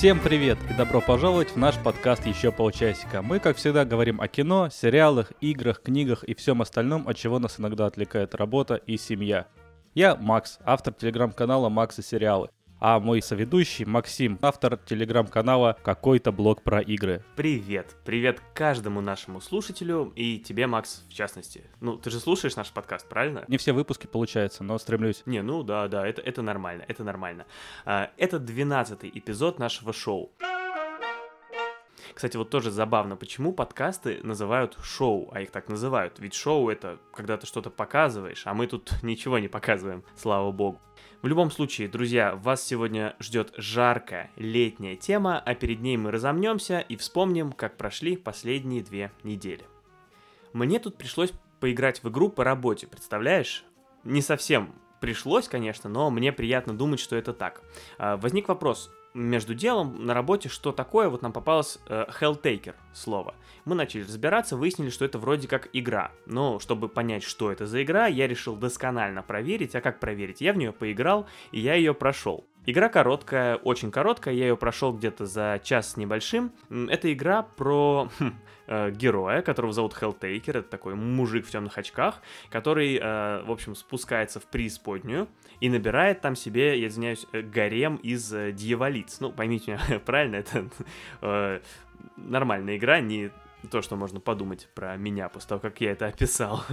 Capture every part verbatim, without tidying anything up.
Всем привет и добро пожаловать в наш подкаст «Еще полчасика». Мы, как всегда, говорим о кино, сериалах, играх, книгах и всем остальном, от чего нас иногда отвлекает работа и семья. Я Макс, автор телеграм-канала «Макс и сериалы», а мой соведущий Максим, автор телеграм-канала «Какой-то блог про игры». Привет! Привет каждому нашему слушателю и тебе, Макс, в частности. Ну, ты же слушаешь наш подкаст, правильно? Не все выпуски получаются, но стремлюсь. Не, ну да, да, это, это нормально, это нормально. А, это двенадцатый эпизод нашего шоу. Кстати, вот тоже забавно, почему подкасты называют шоу, а их так называют. Ведь шоу — это когда ты что-то показываешь, а мы тут ничего не показываем, слава богу. В любом случае, друзья, вас сегодня ждет жаркая летняя тема, а перед ней мы разомнемся и вспомним, как прошли последние две недели. Мне тут пришлось поиграть в игру по работе, представляешь? Не совсем пришлось, конечно, но мне приятно думать, что это так. Возник вопрос. Между делом на работе, что такое, вот нам попалось э, Helltaker слово. Мы начали разбираться, выяснили, что это вроде как игра. Но чтобы понять, что это за игра, я решил досконально проверить. А как проверить? Я в нее поиграл, и я ее прошел. Игра короткая, очень короткая, я ее прошел где-то за час с небольшим. Это игра про хм, э, героя, которого зовут Helltaker, это такой мужик в темных очках, который, э, в общем, спускается в преисподнюю и набирает там себе, я извиняюсь, гарем из э, дьяволиц. Ну, поймите меня правильно, это э, нормальная игра, не то, что можно подумать про меня после того, как я это описал.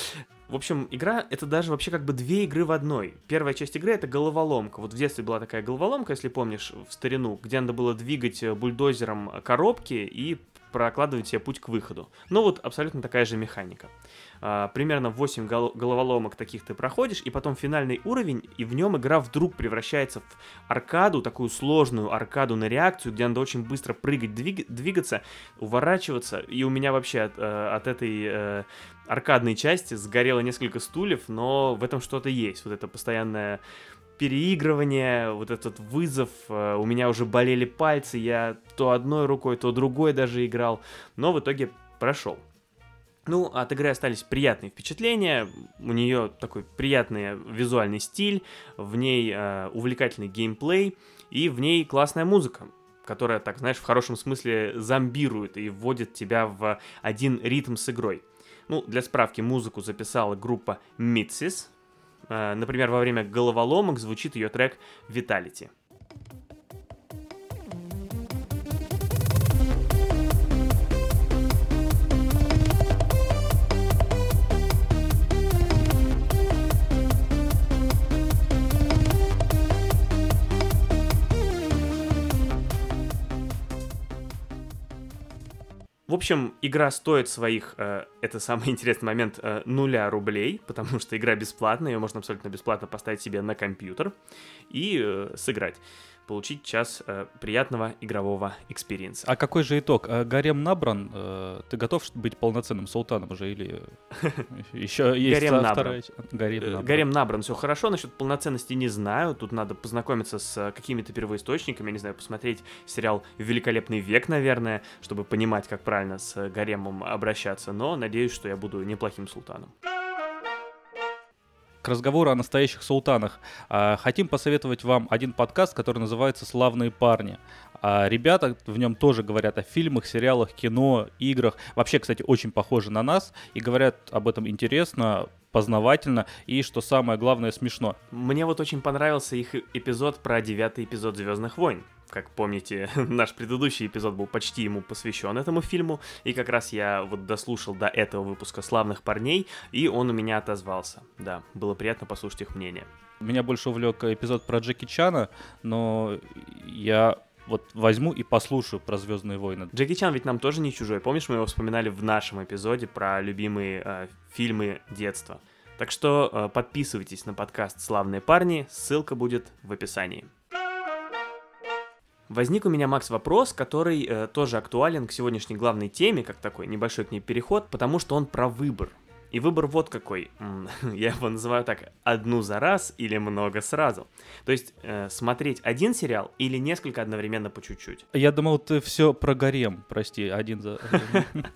В общем, игра — это даже вообще как бы две игры в одной. Первая часть игры — это головоломка. Вот в детстве была такая головоломка, если помнишь, в старину, где надо было двигать бульдозером коробки и прокладывать себе путь к выходу. Ну вот абсолютно такая же механика. А, примерно восемь гол- головоломок таких ты проходишь, и потом финальный уровень, и в нем игра вдруг превращается в аркаду, такую сложную аркаду на реакцию, где надо очень быстро прыгать, двиг- двигаться, уворачиваться. И у меня вообще от, э, от этой э, аркадной части сгорело несколько стульев, но в этом что-то есть. Вот это постоянное переигрывание, вот этот вызов, у меня уже болели пальцы, я то одной рукой, то другой даже играл, но в итоге прошел. Ну, от игры остались приятные впечатления, у нее такой приятный визуальный стиль, в ней э, увлекательный геймплей и в ней классная музыка, которая, так знаешь, в хорошем смысле зомбирует и вводит тебя в один ритм с игрой. Ну, для справки, музыку записала группа Mitsys. Например, во время головоломок звучит ее трек «Vitality». В общем, игра стоит своих, э, это самый интересный момент, э, нуля рублей, потому что игра бесплатная, ее можно абсолютно бесплатно поставить себе на компьютер и э, сыграть, получить час э, приятного игрового экспириенса. А какой же итог? Гарем набран? Ты готов быть полноценным султаном уже или еще есть вторая? Гарем набран. Гарем набран, все хорошо. Насчет полноценности не знаю. Тут надо познакомиться с какими-то первоисточниками, я не знаю, посмотреть сериал «Великолепный век», наверное, чтобы понимать, как правильно с гаремом обращаться. Но надеюсь, что я буду неплохим султаном. К разговору о настоящих султанах. Хотим посоветовать вам один подкаст, который называется «Славные парни». Ребята в нем тоже говорят о фильмах, сериалах, кино, играх. Вообще, кстати, очень похожи на нас и говорят об этом интересно, познавательно и, что самое главное, смешно. Мне вот очень понравился их эпизод про девятый эпизод «Звездных войн». Как помните, наш предыдущий эпизод был почти ему посвящен этому фильму, и как раз я вот дослушал до этого выпуска «Славных парней», и он у меня отозвался. Да, было приятно послушать их мнение. Меня больше увлек эпизод про Джеки Чана, но я вот возьму и послушаю про «Звездные войны». Джеки Чан ведь нам тоже не чужой. Помнишь, мы его вспоминали в нашем эпизоде про любимые э, фильмы детства. Так что э, подписывайтесь на подкаст «Славные парни», ссылка будет в описании. Возник у меня, Макс, вопрос, который э, тоже актуален к сегодняшней главной теме, как такой небольшой к ней переход, потому что он про выбор. И выбор вот какой. Я его называю так: одну за раз или много сразу. То есть э, смотреть один сериал или несколько одновременно по чуть-чуть. Я думал, ты все про гарем, прости, один за...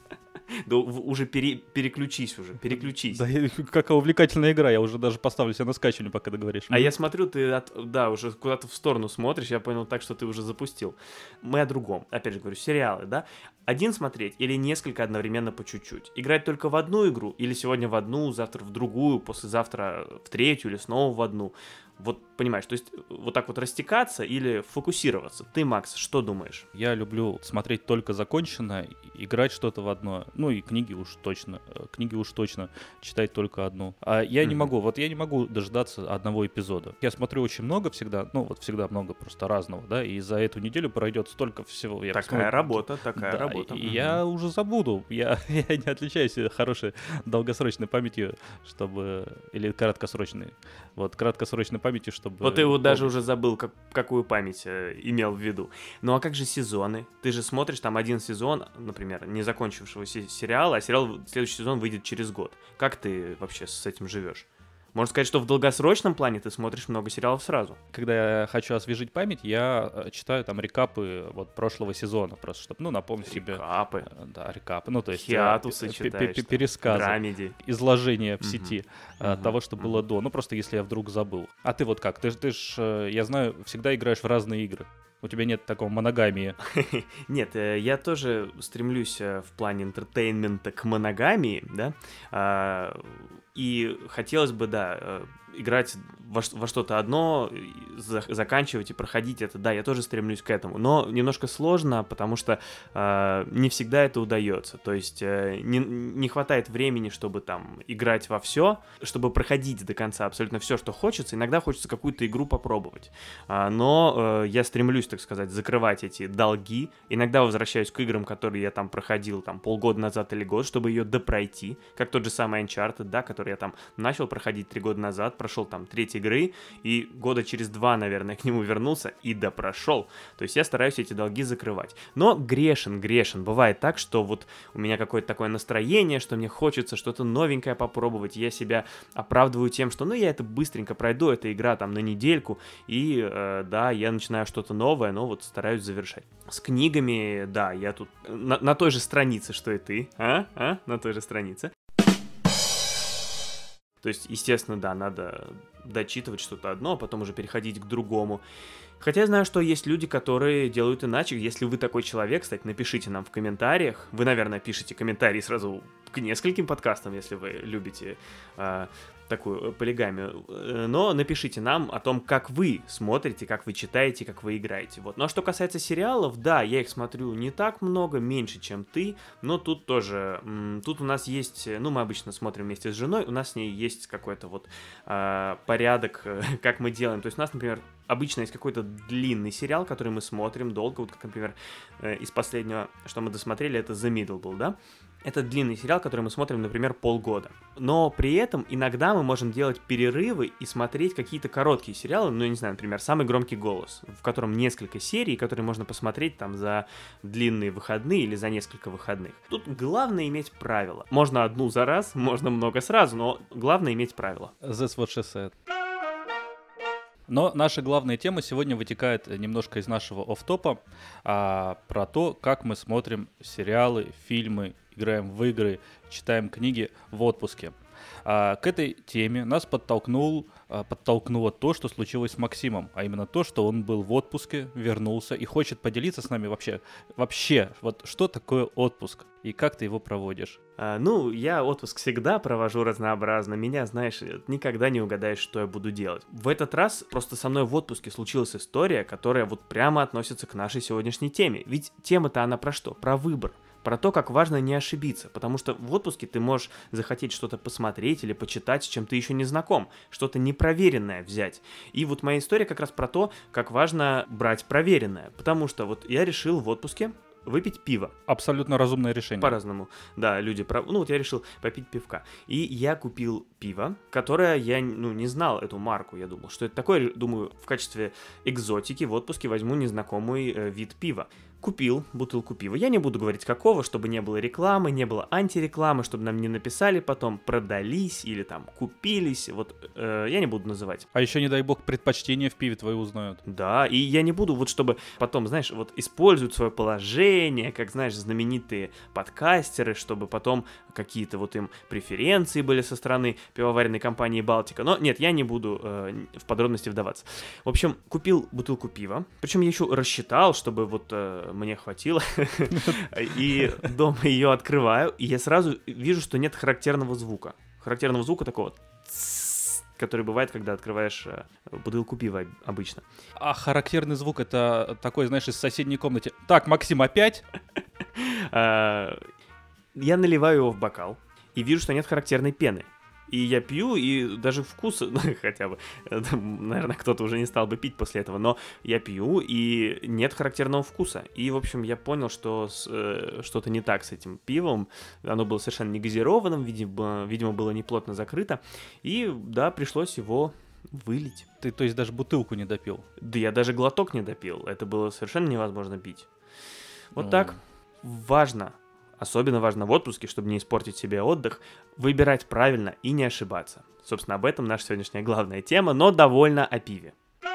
Да уже пере, переключись уже, переключись. Да, какая увлекательная игра, я уже даже поставлю себя на скачивание, пока ты говоришь. А я смотрю, ты, от, да, уже куда-то в сторону смотришь, я понял так, что ты уже запустил. Мы о другом, опять же говорю, сериалы, да? Один смотреть или несколько одновременно по чуть-чуть? Играть только в одну игру или сегодня в одну, завтра в другую, послезавтра в третью или снова в одну? Вот, понимаешь, то есть вот так вот растекаться или фокусироваться? Ты, Макс, что думаешь? Я люблю смотреть только законченное, играть что-то в одно. Ну и книги уж точно. Книги уж точно читать только одну. А я mm-hmm. не могу, вот я не могу дождаться одного эпизода. Я смотрю очень много всегда, ну вот всегда много просто разного, да, и за эту неделю пройдет столько всего. Я такая посмотрю, работа, такая да, работа. И mm-hmm. я уже забуду. Я, я не отличаюсь хорошей долгосрочной памятью, чтобы... Или краткосрочной. Вот, краткосрочной памяти, чтобы... Вот ты вот даже уже забыл, как, какую память э, имел в виду. Ну а как же сезоны? Ты же смотришь там один сезон, например, не закончившегося сериала, а сериал, следующий сезон выйдет через год. Как ты вообще с этим живешь? Можно сказать, что в долгосрочном плане ты смотришь много сериалов сразу. Когда я хочу освежить память, я читаю там рекапы вот прошлого сезона, просто чтобы, ну, напомнить себе... Рекапы? Да, рекапы, ну, то есть... Хиатусы читаешь. Пересказы. Драмеди. Изложение в сети того, что было до. Ну, просто если я вдруг забыл. А ты вот как? Ты ж, я знаю, всегда играешь в разные игры. У тебя нет такого моногамии? Нет, я тоже стремлюсь в плане интертейнмента к моногамии, да, и хотелось бы, да, играть во, во что-то одно, за, заканчивать и проходить это, да, я тоже стремлюсь к этому, но немножко сложно, потому что э, не всегда это удается, то есть э, не, не хватает времени, чтобы там играть во все, чтобы проходить до конца абсолютно все, что хочется, иногда хочется какую-то игру попробовать, а, но э, я стремлюсь, так сказать, закрывать эти долги, иногда возвращаюсь к играм, которые я там проходил там полгода назад или год, чтобы ее допройти, как тот же самый Uncharted, да, который я там начал проходить три года назад, прошел там треть игры, и года через два, наверное, к нему вернулся и допрошел. То есть я стараюсь эти долги закрывать. Но грешен, грешен. Бывает так, что вот у меня какое-то такое настроение, что мне хочется что-то новенькое попробовать, я себя оправдываю тем, что ну я это быстренько пройду, эта игра там на недельку, и э, да, я начинаю что-то новое, но вот стараюсь завершать. С книгами, да, я тут на, на той же странице, что и ты, а? А? На той же странице. То есть, естественно, да, надо дочитывать что-то одно, а потом уже переходить к другому. Хотя я знаю, что есть люди, которые делают иначе. Если вы такой человек, кстати, напишите нам в комментариях. Вы, наверное, пишите комментарии сразу к нескольким подкастам, если вы любите э, такую полигамию. Но напишите нам о том, как вы смотрите, как вы читаете, как вы играете. Вот. Ну а что касается сериалов, да, я их смотрю не так много, меньше, чем ты, но тут тоже, м- тут у нас есть, ну мы обычно смотрим вместе с женой, у нас с ней есть какой-то вот э, порядок, э, как мы делаем. То есть у нас, например, обычно есть какой-то длинный сериал, который мы смотрим долго, вот как, например, э, из последнего, что мы досмотрели, это The Middle был, да? Это длинный сериал, который мы смотрим, например, полгода. Но при этом иногда мы можем делать перерывы и смотреть какие-то короткие сериалы, ну, я не знаю, например, «Самый громкий голос», в котором несколько серий, которые можно посмотреть там за длинные выходные или за несколько выходных. Тут главное иметь правила. Можно одну за раз, можно много сразу, но главное иметь правила. That's what she said. Но наша главная тема сегодня вытекает немножко из нашего офф-топа а, про то, как мы смотрим сериалы, фильмы, играем в игры, читаем книги в отпуске. А, к этой теме нас подтолкнул, а, подтолкнуло то, что случилось с Максимом, а именно то, что он был в отпуске, вернулся и хочет поделиться с нами вообще, вообще, вот что такое отпуск и как ты его проводишь. А, ну, я отпуск всегда провожу разнообразно. Меня, знаешь, никогда не угадаешь, что я буду делать. В этот раз просто со мной в отпуске случилась история, которая вот прямо относится к нашей сегодняшней теме. Ведь тема-то она про что? Про выбор. Про то, как важно не ошибиться, потому что в отпуске ты можешь захотеть что-то посмотреть или почитать, с чем ты еще не знаком, что-то непроверенное взять. И вот моя история как раз про то, как важно брать проверенное, потому что вот я решил в отпуске выпить пиво. Абсолютно разумное решение. По-разному. Да, люди... Прав... Ну, вот я решил попить пивка. И я купил пиво, которое я, ну, не знал эту марку. Я думал, что это такое. Думаю, в качестве экзотики в отпуске возьму незнакомый э, вид пива. купил бутылку пива. Я не буду говорить какого, чтобы не было рекламы, не было антирекламы, чтобы нам не написали потом продались или там купились. Вот э, я не буду называть. А еще, не дай бог, предпочтения в пиве твои узнают. Да, и я не буду, вот чтобы потом, знаешь, вот используют свое положение, как, знаешь, знаменитые подкастеры, чтобы потом какие-то вот им преференции были со стороны пивоваренной компании «Балтика». Но нет, я не буду э, в подробности вдаваться. В общем, купил бутылку пива, причем я еще рассчитал, чтобы вот э, мне хватило, и дома ее открываю, и я сразу вижу, что нет характерного звука. Характерного звука такого, который бывает, когда открываешь э, бутылку пива обычно. А характерный звук — это такой, знаешь, из соседней комнаты. Так, Максим, опять? Я наливаю его в бокал и вижу, что нет характерной пены. И я пью, и даже вкус, ну, хотя бы, наверное, кто-то уже не стал бы пить после этого, но я пью, и нет характерного вкуса. И, в общем, я понял, что с, э, что-то не так с этим пивом. Оно было совершенно не газированным, видимо, видимо, было неплотно закрыто. И, да, пришлось его вылить. Ты, то есть, даже бутылку не допил? Да я даже глоток не допил. Это было совершенно невозможно пить. Вот Ну... так. Важно. Особенно важно в отпуске, чтобы не испортить себе отдых, выбирать правильно и не ошибаться. Собственно, об этом наша сегодняшняя главная тема, но довольно о пиве.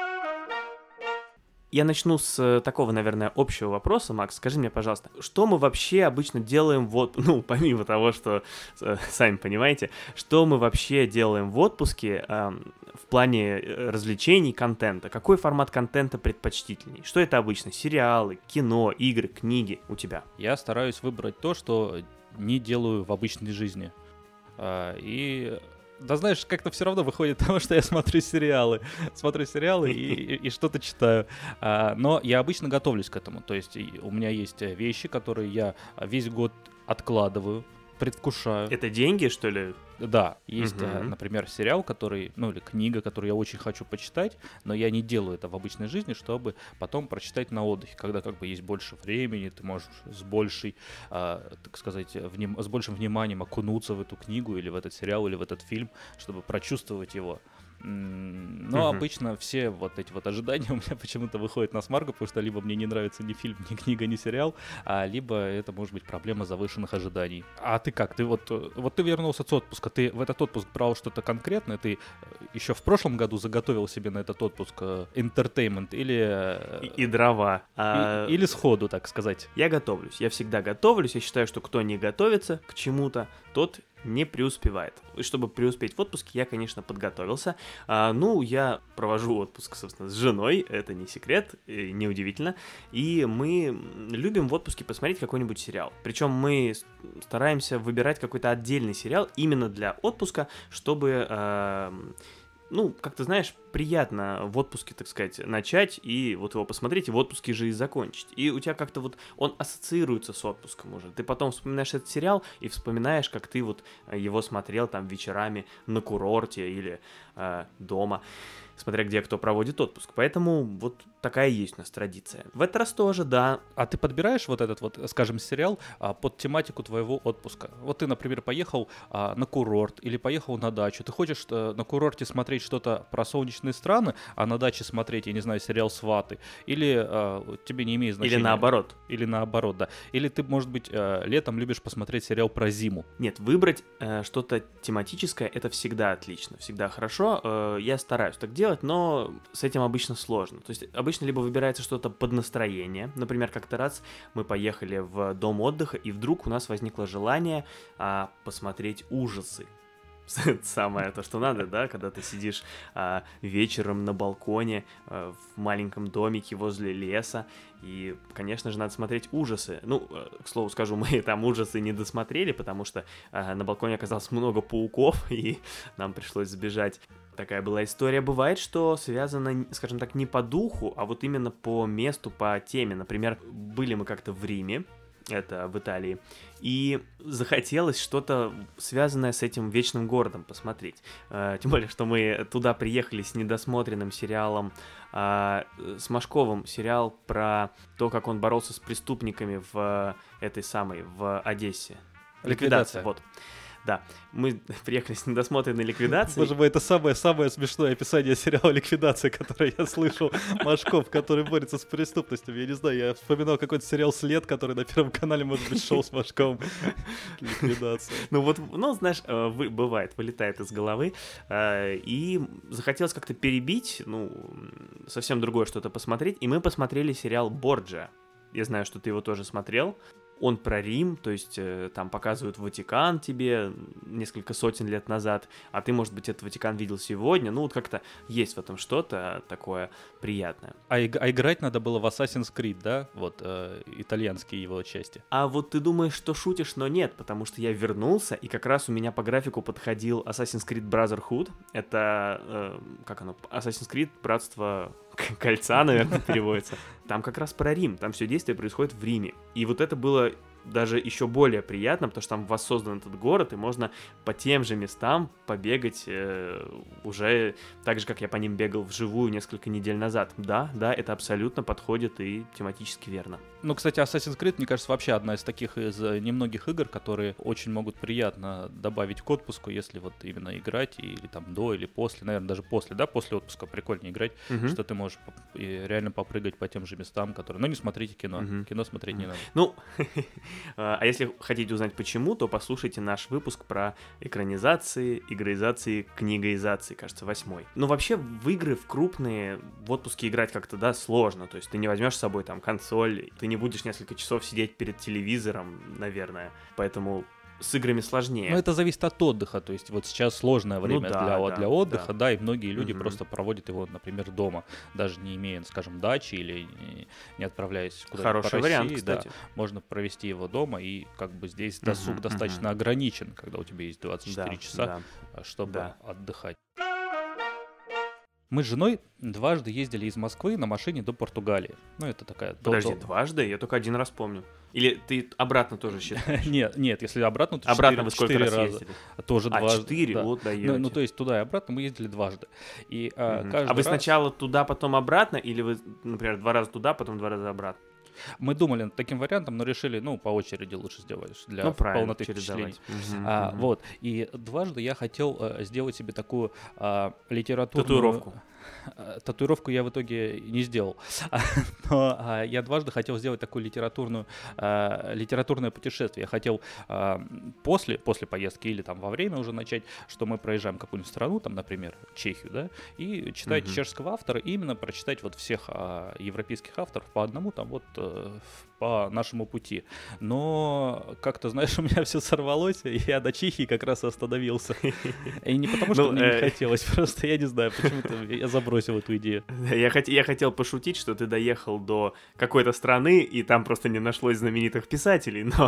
Я начну с такого, наверное, общего вопроса, Макс. Скажи мне, пожалуйста, что мы вообще обычно делаем в отпуске, ну, помимо того, что, сами понимаете, что мы вообще делаем в отпуске э, в плане развлечений, контента? Какой формат контента предпочтительней? Что это обычно? Сериалы, кино, игры, книги у тебя? Я стараюсь выбрать то, что не делаю в обычной жизни. А, и... Да знаешь, как-то все равно выходит того, что я смотрю сериалы. Смотрю сериалы и, и, и что-то читаю. А, но я обычно готовлюсь к этому. То есть у меня есть вещи, которые я весь год откладываю, предвкушаю. Это деньги, что ли? Да, есть, Мгм. например, сериал, который, ну или книга, которую я очень хочу почитать, но я не делаю это в обычной жизни, чтобы потом прочитать на отдыхе, когда как бы есть больше времени, ты можешь с большей, а, так сказать, вним- с большим вниманием окунуться в эту книгу или в этот сериал или в этот фильм, чтобы прочувствовать его. М, Но Мгм. обычно все вот эти вот ожидания у меня почему-то выходят на смарку, потому что либо мне не нравится ни фильм, ни книга, ни сериал, а либо это может быть проблема завышенных ожиданий. А ты как? Ты вот, э, вот ты вернулся с отпуска, ты в этот отпуск брал что-то конкретное, ты э, еще в прошлом году заготовил себе на этот отпуск э, entertainment или, э, И, и дрова. и- А, или сходу, так сказать? Я готовлюсь, я всегда готовлюсь, я считаю, что кто не готовится к чему-то, тот не преуспевает. И чтобы преуспеть в отпуске, я, конечно, подготовился. А, ну, я провожу отпуск, собственно, с женой, это не секрет, и неудивительно. И мы любим в отпуске посмотреть какой-нибудь сериал. Причем мы с- стараемся выбирать какой-то отдельный сериал именно для отпуска, чтобы... а, ну, как ты знаешь, приятно в отпуске, так сказать, начать и вот его посмотреть, и в отпуске же и закончить. И у тебя как-то вот он ассоциируется с отпуском уже. Ты потом вспоминаешь этот сериал и вспоминаешь, как ты вот э, его смотрел там вечерами на курорте или э, дома, смотря где кто проводит отпуск. Поэтому вот такая есть у нас традиция. В этот раз тоже, да. А ты подбираешь вот этот вот, скажем, сериал а, под тематику твоего отпуска? Вот ты, например, поехал а, на курорт или поехал на дачу. Ты хочешь а, на курорте смотреть что-то про солнечные страны, а на даче смотреть, я не знаю, сериал «Сваты». Или а, тебе не имеет значения. Или наоборот. Или наоборот, да. Или ты, может быть, а, летом любишь посмотреть сериал про зиму. Нет, выбрать э, что-то тематическое — это всегда отлично, всегда хорошо. Э, я стараюсь так делать, но с этим обычно сложно. То есть обычно либо выбирается что-то под настроение. Например, как-то раз мы поехали в дом отдыха, и вдруг у нас возникло желание а, посмотреть ужасы. Самое то, что надо, да, когда ты сидишь а, вечером на балконе а, в маленьком домике возле леса, и, конечно же, надо смотреть ужасы. Ну, э, к слову скажу, мы там ужасы не досмотрели, потому что а, на балконе оказалось много пауков, и нам пришлось сбежать. Такая была история. Бывает, что связано, скажем так, не по духу, а вот именно по месту, по теме. Например, были мы как-то в Риме, это в Италии, и захотелось что-то связанное с этим вечным городом посмотреть. Э, тем более, что мы туда приехали с недосмотренным сериалом, э, с Машковым, сериал про то, как он боролся с преступниками в этой самой, в Одессе. Ликвидация. Вот. Да, мы приехали с недосмотренной ликвидацией. Боже мой, это самое-самое смешное описание сериала «Ликвидация», которое я слышал. Машков, который борется с преступностью. Я не знаю, я вспоминал какой-то сериал «След», который на Первом канале, может быть, шел с Машковым. Ликвидация. Ну вот, ну, знаешь, бывает, вылетает из головы. И захотелось как-то перебить, ну, совсем другое что-то посмотреть. И мы посмотрели сериал «Борджиа». Я знаю, что ты его тоже смотрел. Он про Рим, то есть э, там показывают Ватикан тебе несколько сотен лет назад, а ты, может быть, этот Ватикан видел сегодня. Ну, вот как-то есть в этом что-то такое приятное. А, иг- а играть надо было в Assassin's Creed, да? Вот, э, итальянские его части. А вот ты думаешь, что шутишь, но нет, потому что я вернулся, и как раз у меня по графику подходил Assassin's Creed Brotherhood. Это, э, как оно, Assassin's Creed Братство Кольца, наверное, переводится. Там как раз про Рим, там все действие происходит в Риме. И вот это было даже еще более приятно, потому что там воссоздан этот город, и можно по тем же местам побегать э, уже так же, как я по ним бегал вживую несколько недель назад. Да, да, это абсолютно подходит и тематически верно. Ну, кстати, Assassin's Creed, мне кажется, вообще одна из таких из немногих игр, которые очень могут приятно добавить к отпуску, если вот именно играть, или там до, или после, наверное, даже после, да, после отпуска прикольнее играть, Угу. что ты можешь поп- и реально попрыгать по тем же местам, которые... Ну, не смотрите кино, Мгм. кино смотреть не надо. Ну, а если хотите узнать почему, то послушайте наш выпуск про экранизации, игроизации, книгоизации, кажется, восьмой. Ну, вообще, в игры, в крупные, в отпуске играть как-то, да, сложно. То есть ты не возьмешь с собой там консоль, ты не будешь несколько часов сидеть перед телевизором, наверное. Поэтому с играми сложнее. Но это зависит от отдыха, то есть вот сейчас сложное время да, для, да, для отдыха, да. да, и многие люди Мгм. просто проводят его, например, дома, даже не имея, скажем, дачи или не- не отправляясь куда-то по Хороший России, вариант, да, кстати. можно провести его дома, и как бы здесь Мгм, досуг мгм. достаточно ограничен, когда у тебя есть двадцать четыре Да, часа, да. а, чтобы да. отдыхать. Мы с женой дважды ездили из Москвы на машине до Португалии. Ну, это такая... дол- Подожди, дол- дважды? Я только один раз помню. Или ты обратно тоже считаешь? Нет, нет, если обратно, то Обратно четыре- вы сколько четыре раз раза. ездили? Тоже А, дважды. четыре? да. Вот Ну, даёте. ну, то есть туда и обратно мы ездили дважды. И а, Мгм. каждый А вы раз сначала туда, потом обратно? Или вы, например, два раза туда, потом два раза обратно? мы думали над таким вариантом, но решили, ну, по очереди лучше сделать для Ну, правильно, полноты впечатлений. чередовать. Мгм, А, мгм. вот. И дважды я хотел э, сделать себе такую а, литературную... Татуировку. А, Татуировку я в итоге не сделал. Но а, я дважды хотел сделать такую литературную, а, литературное путешествие. Я хотел а, после, после поездки или там во время уже начать, что мы проезжаем какую-нибудь страну, там, например, Чехию, да, и читать Мгм. чешского автора, и именно прочитать вот всех а, европейских авторов по одному, там, вот э, по нашему пути. Но как-то, знаешь, у меня все сорвалось, и я до Чехии как раз остановился. И не потому, что Ну, мне не э, хотелось, просто я не знаю, почему-то я забросил эту идею. Я, хот- я хотел пошутить, что ты доехал до какой-то страны, и там просто не нашлось знаменитых писателей, но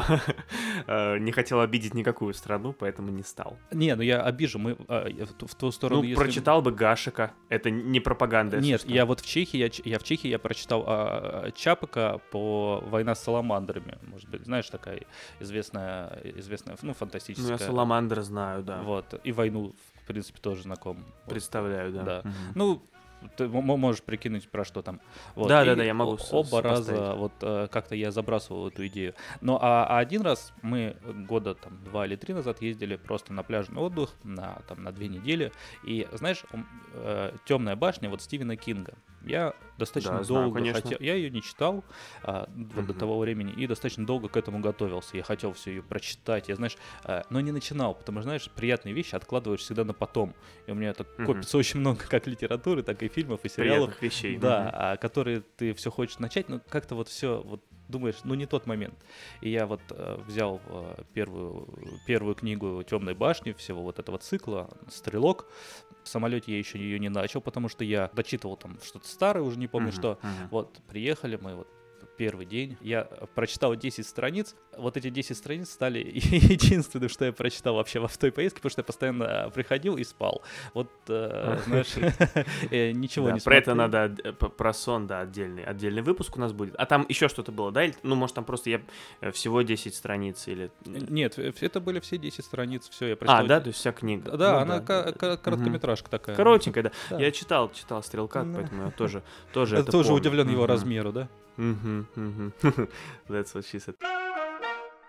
э, не хотел обидеть никакую страну, поэтому не стал. Не, ну я обижу, мы а, я в, ту, в ту сторону... Ну, если- прочитал бы Гашека. Это не пропаганда. если Нет, что. я вот в Чехии, я, ч- я в Чехии я прочитал а, Чапака по «Война с саламандрами». Может быть, знаешь, такая известная, известная, ну, Ну, фантастическая. я Саламандра знаю, да. Вот, и «Войну», в принципе, тоже знаком. Вот. Представляю, да. Да. Мгм. Ну, ты м- м- можешь прикинуть, про что там. Вот. Да, И да, да, я могу о- с- Оба раза сопоставить. вот э, как-то я забрасывал эту идею. Ну, а, а один раз мы года там два или три назад ездили просто на пляжный отдых на, там, на две недели. И, знаешь, ум- э, «Темная башня» вот Стивена Кинга. Я достаточно Да, знаю, долго конечно. хотел... Я ее не читал а, вот до Мгм. того времени и достаточно долго к этому готовился. Я хотел все ее прочитать, я, знаешь, э, но не начинал, потому что, знаешь, приятные вещи откладываешь всегда на потом. И у меня так Мгм. копится очень много как литературы, так и фильмов, и сериалов. Приятных вещей. Да, Мгм. а, которые ты все хочешь начать, но как-то вот все вот думаешь, ну не тот момент. И я вот э, взял э, первую, первую книгу «Темной башни», всего вот этого цикла «Стрелок». В самолете я еще ее не начал, потому что я дочитывал там что-то старое, уже не помню Мгм, что. мгм. Вот, приехали мы, вот первый день, я прочитал десять страниц, вот эти десять страниц стали единственным, что я прочитал вообще в той поездке, потому что я постоянно приходил и спал. Вот, э, знаешь, э, ничего Да, не про это смотрел. надо, отд- п- про сон, да, отдельный, отдельный выпуск у нас будет. А там еще что-то было, да? Или, ну, может, там просто я э, всего десять страниц или... Нет, э, это были все десять страниц, все, я прочитал. А, да, то есть вся книга. Да, Ну она да, ка- да, ка- да. короткометражка такая. Коротенькая, да. Да. Я читал, читал «Стрелка», Да. поэтому я тоже, тоже Я это тоже помню. удивлен его Мгм. размеру, да? Мгм, мгм. That's what she said.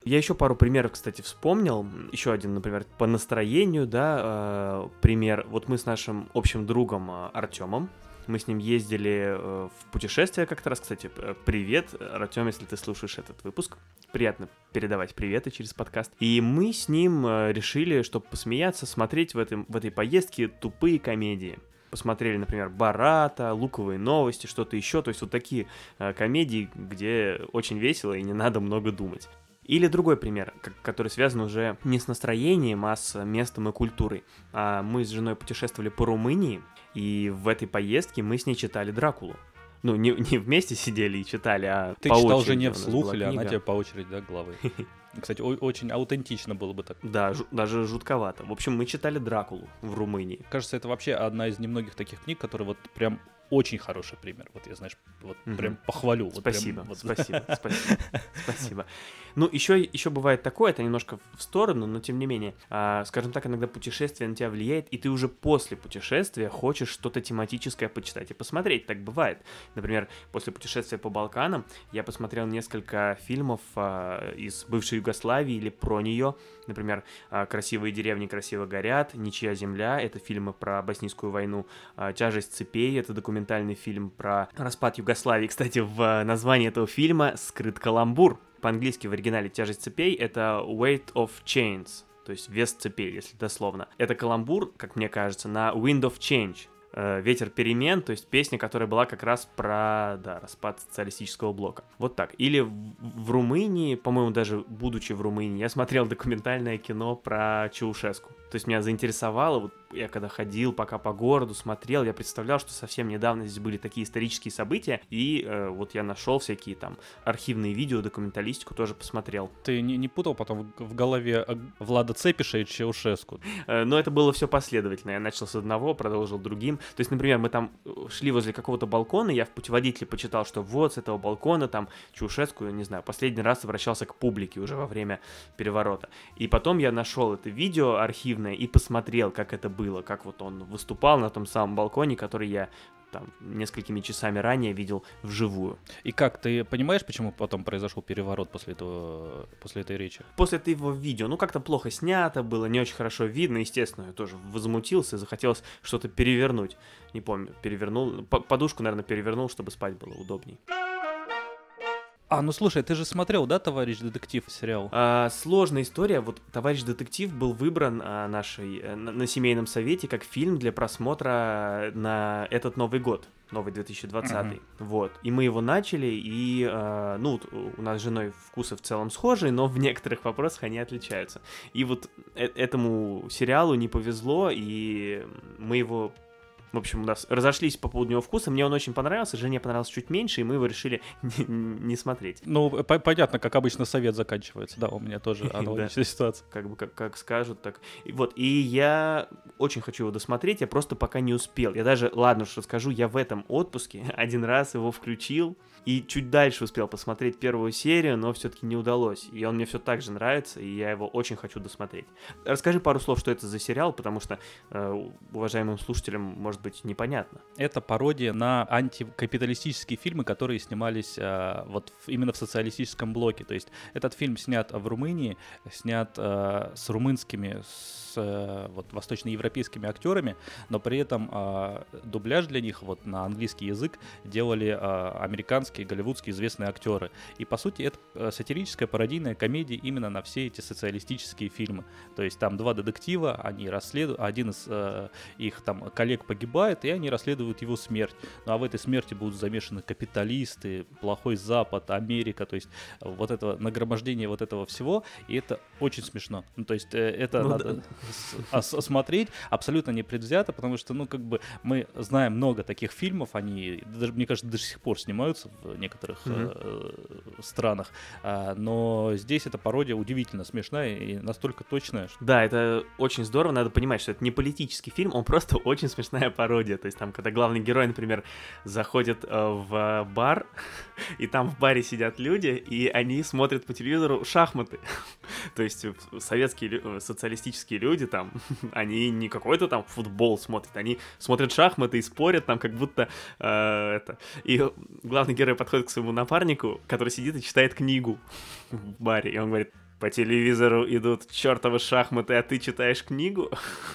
Я еще пару примеров, кстати, вспомнил. Еще один, например, по настроению, да, э, пример. Вот мы с нашим общим другом э, Артемом, мы с ним ездили э, в путешествие как-то раз, кстати, привет, Артем, если ты слушаешь этот выпуск. Приятно передавать приветы через подкаст. И мы с ним э, решили, чтобы посмеяться, смотреть в, этом, в этой поездке тупые комедии. Посмотрели, например, «Барата», «Луковые новости», что-то еще. То есть вот такие э, комедии, где очень весело и не надо много думать. Или другой пример, который связан уже не с настроением, а с местом и культурой. А мы с женой путешествовали по Румынии, и в этой поездке мы с ней читали «Дракулу». Ну, не, не вместе сидели и читали, а Ты по читал очереди. же не вслух, или книга. она тебе по очереди, да, главы? Кстати, о- очень аутентично было бы так. Да, жу- даже жутковато. В общем, мы читали «Дракулу» в Румынии. Кажется, это вообще одна из немногих таких книг, которые вот прям очень хороший пример. Вот я, знаешь, вот Мгм. прям похвалю. Вот Спасибо, прям вот- спасибо, спасибо, спасибо. Ну, еще, еще бывает такое, это немножко в сторону, но тем не менее, а, скажем так, иногда путешествие на тебя влияет, и ты уже после путешествия хочешь что-то тематическое почитать и посмотреть, так бывает. Например, после путешествия по Балканам я посмотрел несколько фильмов а, из бывшей Югославии или про нее, например, а, «Красивые деревни красиво горят», «Ничья земля», это фильмы про Боснийскую войну, а, «Тяжесть цепей», это документальный фильм про распад Югославии. Кстати, в названии этого фильма скрыт каламбур. По-английски в оригинале «Тяжесть цепей» — это «Weight of Chains», то есть «Вес цепей», если дословно. Это каламбур, как мне кажется, на «Wind of Change», э, «Ветер перемен», то есть песня, которая была как раз про, да, распад социалистического блока. Вот так. Или в, в Румынии, по-моему, даже будучи в Румынии, я смотрел документальное кино про Чаушеску. То есть меня заинтересовало, вот я когда ходил пока по городу, смотрел, я представлял, что совсем недавно здесь были такие исторические события, и э, вот я нашел всякие там архивные видео, документалистику тоже посмотрел. Ты не, не путал потом в в голове э, Влада Цепиша и Чаушеску? Э, но это было все последовательно. Я начал с одного, продолжил другим. То есть, например, мы там шли возле какого-то балкона, я в путеводителе почитал, что вот с этого балкона там Чаушеску, не знаю, последний раз обращался к публике уже во время переворота. И потом я нашел это видео архивное и посмотрел, как это было, как вот он выступал на том самом балконе, который я там несколькими часами ранее видел вживую. И как, ты понимаешь, почему потом произошел переворот после этого, после этой речи? После этого видео, ну, как-то плохо снято было, не очень хорошо видно, естественно, я тоже возмутился, захотелось что-то перевернуть. Не помню, перевернул, п- подушку, наверное, перевернул, чтобы спать было удобней. А, ну слушай, ты же смотрел, да, «Товарищ детектив» сериал? А, сложная история. Вот «Товарищ детектив» был выбран а, нашей, а, на, на семейном совете как фильм для просмотра на этот Новый год, новый две тысячи двадцатый. Mm-hmm. Вот. И мы его начали, и, а, ну, у нас с женой вкусы в целом схожие, но в некоторых вопросах они отличаются. И вот э- этому сериалу не повезло, и мы его... В общем, у нас разошлись по поводу него вкуса. Мне он очень понравился, жене понравился чуть меньше, и мы его решили не, не смотреть. Ну, по- понятно, как обычно совет заканчивается. Да, у меня тоже аналогичная ситуация. Как бы как, как скажут, так. И вот, и я очень хочу его досмотреть, я просто пока не успел. Я даже, ладно, что скажу, я в этом отпуске один раз его включил, и чуть дальше успел посмотреть первую серию, но все-таки не удалось. И он мне все так же нравится, и я его очень хочу досмотреть. Расскажи пару слов, что это за сериал, потому что э, уважаемым слушателям может быть непонятно. Это пародия на антикапиталистические фильмы, которые снимались э, вот в, именно в социалистическом блоке. То есть этот фильм снят в Румынии, снят э, с румынскими, с э, вот, восточноевропейскими актерами, но при этом э, дубляж для них вот, на английский язык делали э, американские, голливудские известные актеры. И по сути это э, сатирическая пародийная комедия именно на все эти социалистические фильмы. То есть там два детектива, они расследуют, один из э, их там коллег погибает, и они расследуют его смерть. Ну а в этой смерти будут замешаны капиталисты, плохой Запад, Америка, то есть вот это нагромождение вот этого всего, и это очень смешно. Ну то есть э, это ну, надо да. с- смотреть абсолютно непредвзято, потому что, ну как бы мы знаем много таких фильмов, они, даже, мне кажется, до сих пор снимаются в некоторых mm-hmm. э, странах, а, но здесь эта пародия удивительно смешная и настолько точная. Что... Да, это очень здорово, надо понимать, что это не политический фильм, он просто очень смешная пародия. То есть там, когда главный герой, например, заходит э, в бар, и там в баре сидят люди, и они смотрят по телевизору шахматы. То есть советские, социалистические люди там, они не какой-то там футбол смотрят, они смотрят шахматы и спорят там, как будто э, это... И главный герой подходит к своему напарнику, который сидит и читает книгу в баре, и он говорит: по телевизору идут чертовы шахматы, а ты читаешь книгу.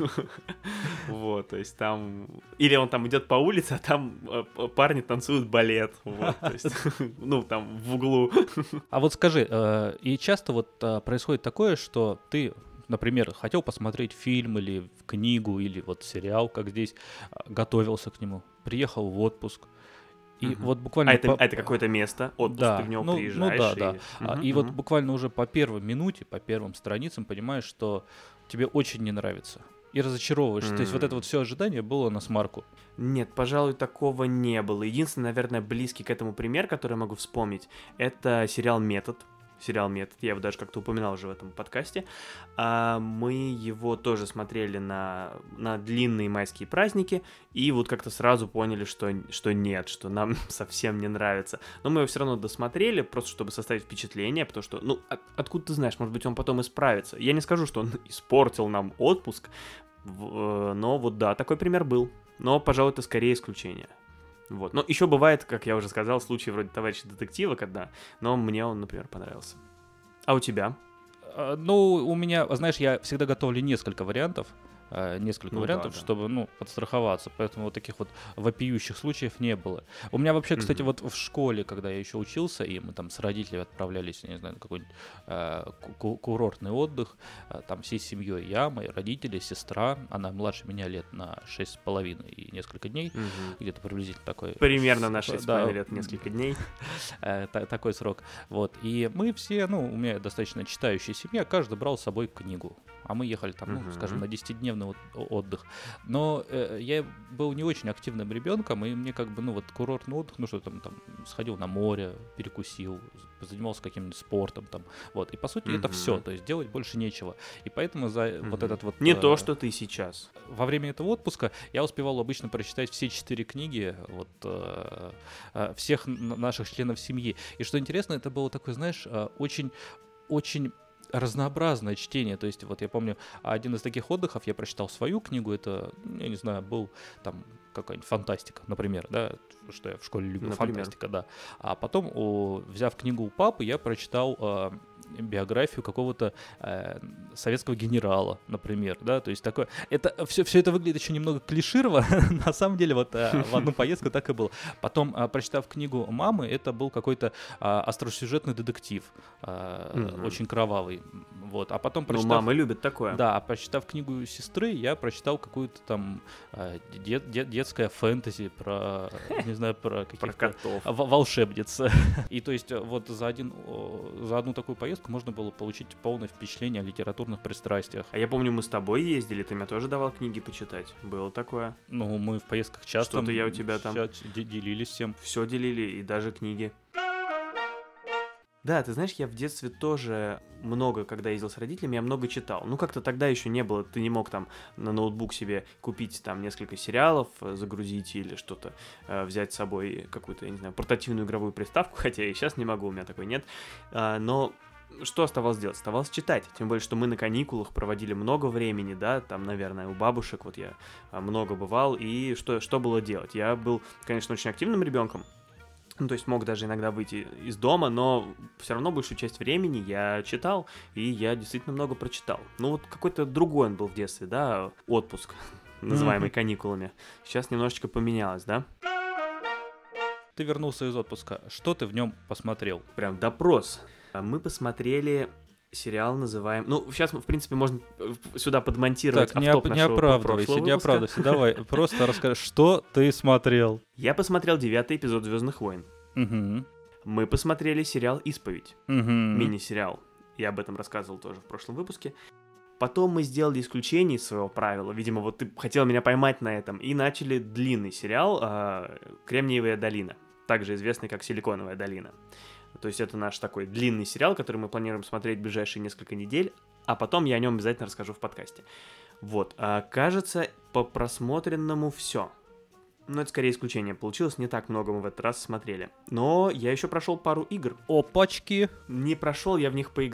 Вот, то есть там... Или он там идет по улице, а там парни танцуют балет. Вот, то есть, ну, там, в углу. А вот скажи, и часто вот происходит такое, что ты... Например, хотел посмотреть фильм или книгу, или вот сериал, как здесь, готовился к нему, приехал в отпуск, и uh-huh. вот буквально... А это, по... это какое-то место, отпуск, да, ты в него ну, приезжаешь? Ну да, и... да. Uh-huh, и uh-huh. вот буквально уже по первой минуте, по первым страницам понимаешь, что тебе очень не нравится. И разочаровываешься. Mm. То есть вот это вот все ожидание было на смарку. Нет, пожалуй, такого не было. Единственный, наверное, близкий к этому пример, который я могу вспомнить, это сериал «Метод». Сериал «Метод», я его даже как-то упоминал уже в этом подкасте. А мы его тоже смотрели на, на длинные майские праздники, и вот как-то сразу поняли, что, что нет, что нам совсем не нравится. Но мы его все равно досмотрели, просто чтобы составить впечатление, потому что, ну, от, откуда ты знаешь, может быть, он потом исправится. Я не скажу, что он испортил нам отпуск, в, но вот да, такой пример был. Но, пожалуй, это скорее исключение. Вот. Но еще бывает, как я уже сказал, случаи вроде «Товарища детектива», когда... Но мне он, например, понравился. А у тебя? А, ну, у меня, знаешь, я всегда готовлю несколько вариантов. несколько ну, вариантов, да, чтобы, да. ну, подстраховаться, поэтому вот таких вот вопиющих случаев не было. У меня вообще, кстати, mm-hmm. вот в школе, когда я еще учился, и мы там с родителями отправлялись, не знаю, на какой-нибудь э, курортный отдых, э, там всей семьей, я, мои родители, сестра, она младше меня лет на шесть с половиной и несколько дней, mm-hmm. где-то приблизительно такой... Примерно на шесть с половиной лет несколько дней. Такой срок. Вот, и мы все, ну, у меня достаточно читающая семья, каждый брал с собой книгу, а мы ехали там, ну, mm-hmm. скажем, на десятидневный отдых. Но э, я был не очень активным ребенком, и мне как бы, ну вот курортный отдых, ну что там, там сходил на море, перекусил, занимался каким-нибудь спортом там, вот. И по сути mm-hmm. это все, то есть делать больше нечего. И поэтому за mm-hmm. вот этот вот... Не э, то, что ты сейчас. Во время этого отпуска я успевал обычно прочитать все четыре книги вот э, э, всех наших членов семьи. И что интересно, это было такое, знаешь, э, очень, очень разнообразное чтение, то есть вот я помню, один из таких отдыхов я прочитал свою книгу, это, я не знаю, был там какая-нибудь фантастика, например, да, что я в школе любил, например. Фантастика, да, а потом, у, взяв книгу у папы, я прочитал э, биографию какого-то э, советского генерала, например, да, то есть такое, это, все, все это выглядит еще немного клишировано, на самом деле вот э, в одну поездку так и было. Потом, э, прочитав книгу мамы, это был какой-то э, остросюжетный детектив, э, mm-hmm. очень кровавый, вот, а потом прочитав... Ну, мамы любят такое. Да, а прочитав книгу сестры, я прочитал какую-то там э, дет, дет, детское фэнтези про, не знаю, про каких-то волшебниц. И то есть вот за, один, за одну такую поездку можно было получить полное впечатление о литературных пристрастиях. А я помню, мы с тобой ездили, ты мне тоже давал книги почитать. Было такое? Ну, мы в поездках часто... Что-то я у тебя там... делились всем. Все делили, и даже книги. Да, ты знаешь, я в детстве тоже много, когда ездил с родителями, я много читал. Ну, как-то тогда еще не было, ты не мог там на ноутбук себе купить там несколько сериалов, загрузить или что-то, э, взять с собой какую-то, я не знаю, портативную игровую приставку, хотя и сейчас не могу, у меня такой нет. А, но что оставалось делать? Оставалось читать. Тем более, что мы на каникулах проводили много времени, да, там, наверное, у бабушек вот я много бывал, и что, что было делать? Я был, конечно, очень активным ребенком. Ну, то есть мог даже иногда выйти из дома, но все равно большую часть времени я читал, и я действительно много прочитал. Ну, вот какой-то другой он был в детстве, да, отпуск, называемый каникулами. Сейчас немножечко поменялось, да? Ты вернулся из отпуска. Что ты в нем посмотрел? Прям допрос. Мы посмотрели... Сериал называем... Ну, сейчас, в принципе, можно сюда подмонтировать так, автоп не, нашего не оправдывайся, не оправдывайся. Давай, просто расскажи, что ты смотрел. Я посмотрел девятый эпизод «Звездных войн». Угу. Мы посмотрели сериал «Исповедь». Угу. Мини-сериал. Я об этом рассказывал тоже в прошлом выпуске. Потом мы сделали исключение из своего правила. Видимо, вот ты хотел меня поймать на этом. И начали длинный сериал э, «Кремниевая долина». Также известный как «Силиконовая долина». То есть это наш такой длинный сериал, который мы планируем смотреть в ближайшие несколько недель, а потом я о нем обязательно расскажу в подкасте. Вот, а, кажется, по просмотренному все. Но это скорее исключение получилось, не так много мы в этот раз смотрели. Но я еще прошел пару игр. Опачки! Не прошел, я в них поиграл.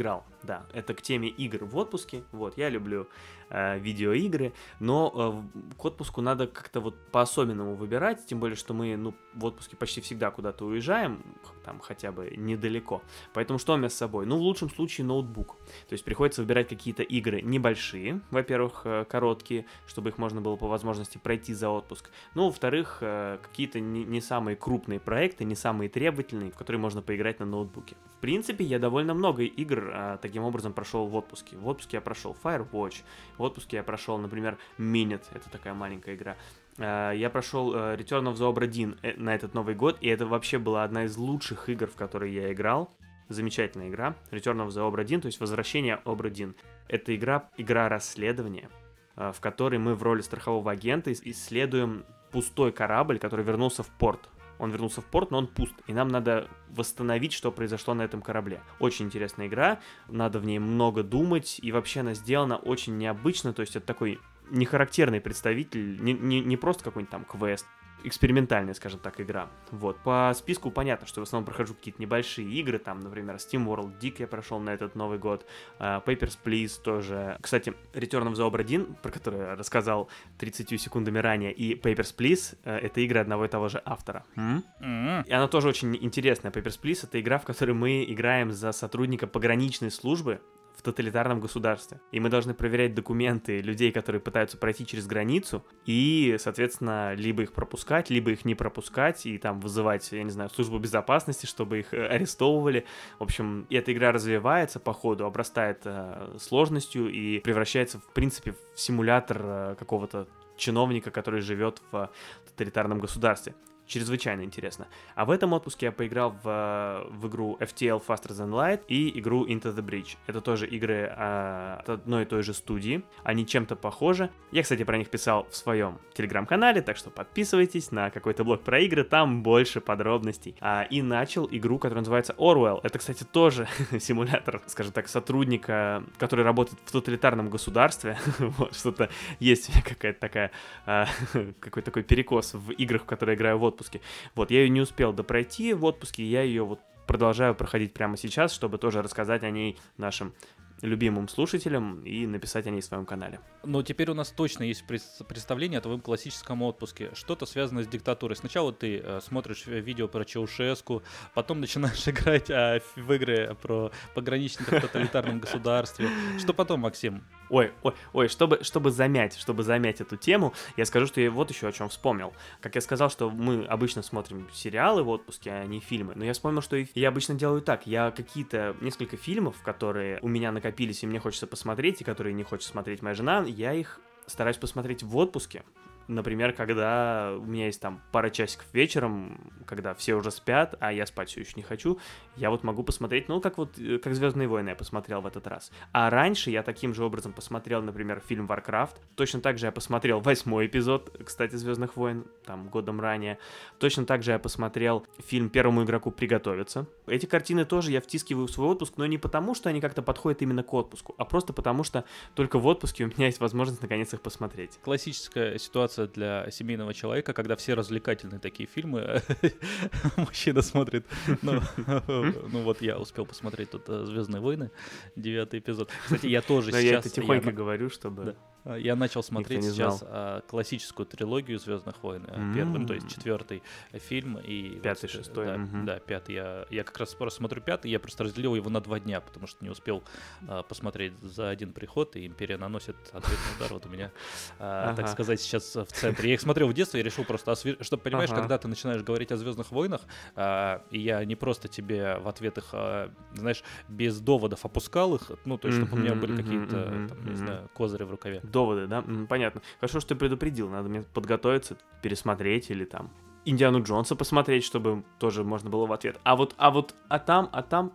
да, это к теме игр в отпуске. Вот, я люблю э, видеоигры, но э, к отпуску надо как-то вот по-особенному выбирать, тем более, что мы, ну, в отпуске почти всегда куда-то уезжаем, там, хотя бы недалеко. Поэтому что у меня с собой? Ну, в лучшем случае ноутбук. То есть приходится выбирать какие-то игры небольшие, во-первых, э, короткие, чтобы их можно было по возможности пройти за отпуск. Ну, во-вторых, э, какие-то не, не самые крупные проекты, не самые требовательные, в которые можно поиграть на ноутбуке. В принципе, я довольно много игр а, таким образом прошел в отпуске. В отпуске я прошел Firewatch, в отпуске я прошел, например, Minute, это такая маленькая игра. А, я прошел а, Return of the Obra Dinn на этот Новый год, и это вообще была одна из лучших игр, в которые я играл. Замечательная игра. Return of the Obra Dinn, то есть Возвращение Обра Дinn. Это игра, игра расследования, а, в которой мы в роли страхового агента исследуем пустой корабль, который вернулся в порт. Он вернулся в порт, но он пуст, и нам надо восстановить, что произошло на этом корабле. Очень интересная игра, надо в ней много думать, и вообще она сделана очень необычно, то есть это такой нехарактерный представитель, не, не, не просто какой-нибудь там квест, экспериментальная, скажем так, игра. Вот. По списку понятно, что в основном прохожу какие-то небольшие игры, там, например, SteamWorld Dig я прошел на этот Новый год, uh, Papers, Please тоже. Кстати, Return of the Obra Dinn, про который я рассказал тридцатью секундами ранее, и Papers, Please uh, — это игры одного и того же автора. Mm? Mm-hmm. И она тоже очень интересная. Papers, Please — это игра, в которой мы играем за сотрудника пограничной службы в тоталитарном государстве. И мы должны проверять документы людей, которые пытаются пройти через границу, и, соответственно, либо их пропускать, либо их не пропускать, и там вызывать, я не знаю, службу безопасности, чтобы их арестовывали. В общем, эта игра развивается по ходу, обрастает э, сложностью и превращается, в принципе, в симулятор э, какого-то чиновника, который живет в тоталитарном государстве. Чрезвычайно интересно. А в этом отпуске я поиграл в, в игру эф ти эл Faster Than Light и игру Into the Breach. Это тоже игры а, от одной и той же студии. Они чем-то похожи. Я, кстати, про них писал в своем телеграм-канале, так что подписывайтесь на какой-то блог про игры, там больше подробностей. А, и начал игру, которая называется Orwell. Это, кстати, тоже симулятор, скажем так, сотрудника, который работает в тоталитарном государстве. Вот, что-то есть у меня какая-то такая, а, какой-то такой перекос в играх, в которые я играю в отпуске. отпуске. Вот, я ее не успел допройти в отпуске, я ее вот продолжаю проходить прямо сейчас, чтобы тоже рассказать о ней нашим любимым слушателям и написать о ней в своем канале. Но теперь у нас точно есть представление о твоем классическом отпуске. Что-то связано с диктатурой. Сначала ты э, смотришь видео про Чаушеску, потом начинаешь играть э, в игры про пограничников в тоталитарном государстве. Что потом, Максим? Ой, ой, ой, чтобы, чтобы замять, чтобы замять эту тему, я скажу, что я вот еще о чем вспомнил. Как я сказал, что мы обычно смотрим сериалы в отпуске, а не фильмы, но я вспомнил, что я обычно делаю так. Я какие-то, несколько фильмов, которые у меня накопились и мне хочется посмотреть, и которые не хочет смотреть моя жена, я их стараюсь посмотреть в отпуске. Например, когда у меня есть там пара часиков вечером, когда все уже спят, а я спать все еще не хочу, я вот могу посмотреть, ну, как вот, как «Звездные войны» я посмотрел в этот раз. А раньше я таким же образом посмотрел, например, фильм «Warcraft». Точно так же я посмотрел восьмой эпизод, кстати, «Звездных войн», там, годом ранее. Точно так же я посмотрел фильм «Первому игроку приготовиться». Эти картины тоже я втискиваю в свой отпуск, но не потому, что они как-то подходят именно к отпуску, а просто потому, что только в отпуске у меня есть возможность наконец их посмотреть. Классическая ситуация для семейного человека, когда все развлекательные такие фильмы, мужчина смотрит, ну, ну вот я успел посмотреть тут «Звездные войны», девятый эпизод. Кстати, я тоже сейчас... я это тихонько говорю, чтобы... Я начал смотреть сейчас а, классическую трилогию «Звездных войн», mm-hmm. первый, ну, то есть четвертый фильм. И пятый, вот, шестой. Да, mm-hmm. да, пятый. Я, я как раз просто смотрю пятый, я просто разделил его на два дня, потому что не успел а, посмотреть за один приход, и «Империя наносит ответный удар». Вот у меня, а, ага. так сказать, сейчас в центре. Я их смотрел в детстве и решил просто освежить, чтобы, понимаешь, ага. когда ты начинаешь говорить о «Звездных войнах», а, и я не просто тебе в ответ их, а, знаешь, без доводов опускал их, ну, то есть, чтобы mm-hmm, у меня были mm-hmm, какие-то, mm-hmm, там, mm-hmm. не знаю, козыри в рукаве. Доводы, да? М, понятно. Хорошо, что ты предупредил. Надо мне подготовиться, пересмотреть или там Индиану Джонса посмотреть, чтобы тоже можно было в ответ. А вот, а вот, а там, а там...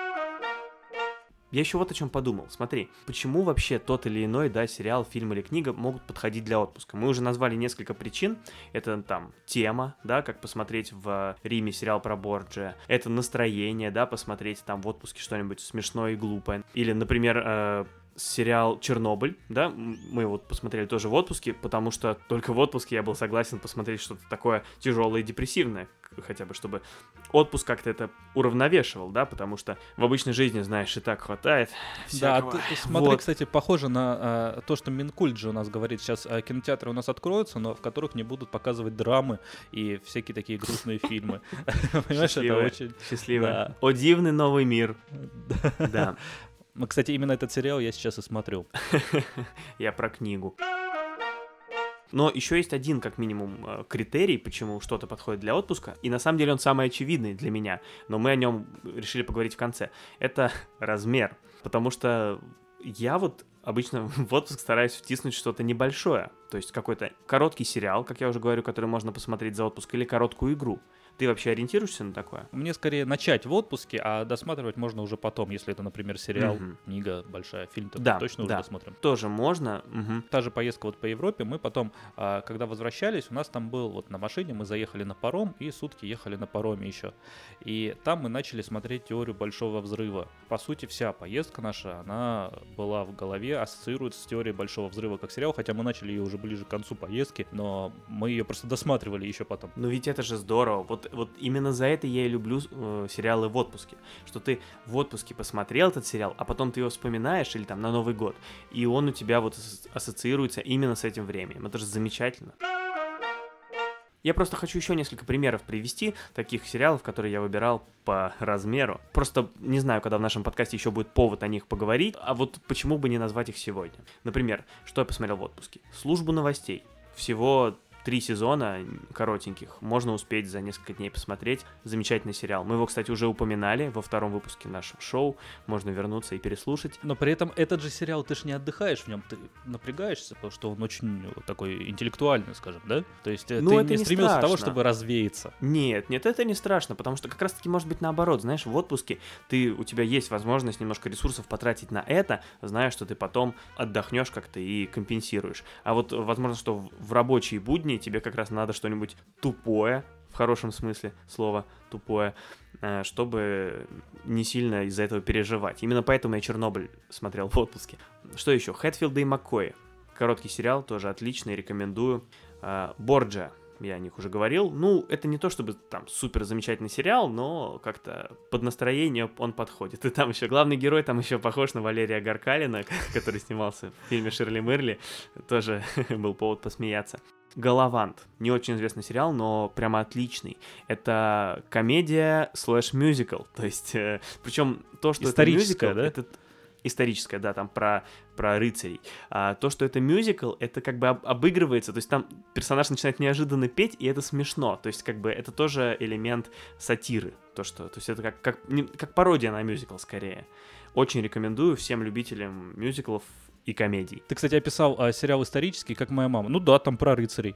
Я еще вот о чем подумал. Смотри, почему вообще тот или иной, да, сериал, фильм или книга могут подходить для отпуска? Мы уже назвали несколько причин. Это там тема, да, как посмотреть в Риме сериал про Борджиа. Это настроение, да, посмотреть там в отпуске что-нибудь смешное и глупое. Или, например, э, сериал «Чернобыль», да, мы вот посмотрели тоже в отпуске, потому что только в отпуске я был согласен посмотреть что-то такое тяжелое и депрессивное, хотя бы чтобы отпуск как-то это уравновешивал, да, потому что в обычной жизни, знаешь, и так хватает всякого. Да, ты, смотри, вот. Кстати, похоже на а, то, что Минкульт же у нас говорит, сейчас а, кинотеатры у нас откроются, но в которых не будут показывать драмы и всякие такие грустные фильмы. Понимаешь, это очень... Счастливо. О, дивный новый мир. Да. Кстати, именно этот сериал я сейчас и смотрю. Я про книгу. Но еще есть один, как минимум, критерий, почему что-то подходит для отпуска, и на самом деле он самый очевидный для меня, но мы о нем решили поговорить в конце. Это размер, потому что я вот обычно в отпуск стараюсь втиснуть что-то небольшое, то есть какой-то короткий сериал, как я уже говорю, который можно посмотреть за отпуск, или короткую игру. Ты вообще ориентируешься на такое? Мне скорее начать в отпуске, а досматривать можно уже потом, если это, например, сериал, Мгм. книга большая, фильм, то Да, точно да. уже досмотрим. Тоже можно. Мгм. Та же поездка вот по Европе, мы потом, а, когда возвращались, у нас там был вот на машине, мы заехали на паром и сутки ехали на пароме еще. И там мы начали смотреть «Теорию большого взрыва». По сути, вся поездка наша, она была в голове, ассоциируется с «Теорией большого взрыва» как сериал, хотя мы начали ее уже ближе к концу поездки, но мы ее просто досматривали еще потом. Ну ведь это же здорово. Вот, вот именно за это я и люблю э, сериалы в отпуске. Что ты в отпуске посмотрел этот сериал, а потом ты его вспоминаешь или там на Новый год, и он у тебя вот ас- ассоциируется именно с этим временем. Это же замечательно. Я просто хочу еще несколько примеров привести таких сериалов, которые я выбирал по размеру. Просто не знаю, когда в нашем подкасте еще будет повод о них поговорить, а вот почему бы не назвать их сегодня. Например, что я посмотрел в отпуске? «Службу новостей». Всего три сезона коротеньких, можно успеть за несколько дней посмотреть. Замечательный сериал. Мы его, кстати, уже упоминали во втором выпуске нашего шоу. Можно вернуться и переслушать. Но при этом этот же сериал, ты ж не отдыхаешь в нем, ты напрягаешься, потому что он очень вот такой интеллектуальный, скажем, да? То есть э, Ну, ты это не не стремился к тому, страшно. чтобы развеяться. Нет, нет, это не страшно, потому что как раз-таки может быть наоборот, знаешь, в отпуске ты, у тебя есть возможность немножко ресурсов потратить на это, зная, что ты потом отдохнешь как-то и компенсируешь. А вот возможно, что в, в рабочие будни тебе как раз надо что-нибудь тупое, в хорошем смысле слова тупое, э, чтобы не сильно из-за этого переживать. Именно поэтому я «Чернобыль» смотрел в отпуске. Что еще? «Хэтфилда и Маккои». Короткий сериал, тоже отличный, рекомендую. Э, «Борджиа». Я о них уже говорил. Ну, это не то чтобы там супер замечательный сериал, но как-то под настроение он подходит. И там еще главный герой, там еще похож на Валерия Гаркалина, который снимался в фильме «Ширли Мерли». Тоже был повод посмеяться. «Галавант». Не очень известный сериал, но прямо отличный. Это комедия слэш-мюзикл. То есть, э, причем то, что это мюзикл, Историческая, да? это историческая, да, там про, про рыцарей. А то, что это мюзикл, это как бы об- обыгрывается, то есть там персонаж начинает неожиданно петь, и это смешно. То есть как бы это тоже элемент сатиры. То, что, то есть это как, как, не- как пародия на мюзикл скорее. Очень рекомендую всем любителям мюзиклов и комедий. Ты, кстати, описал а, сериал исторический, как моя мама. Ну да, там про рыцарей.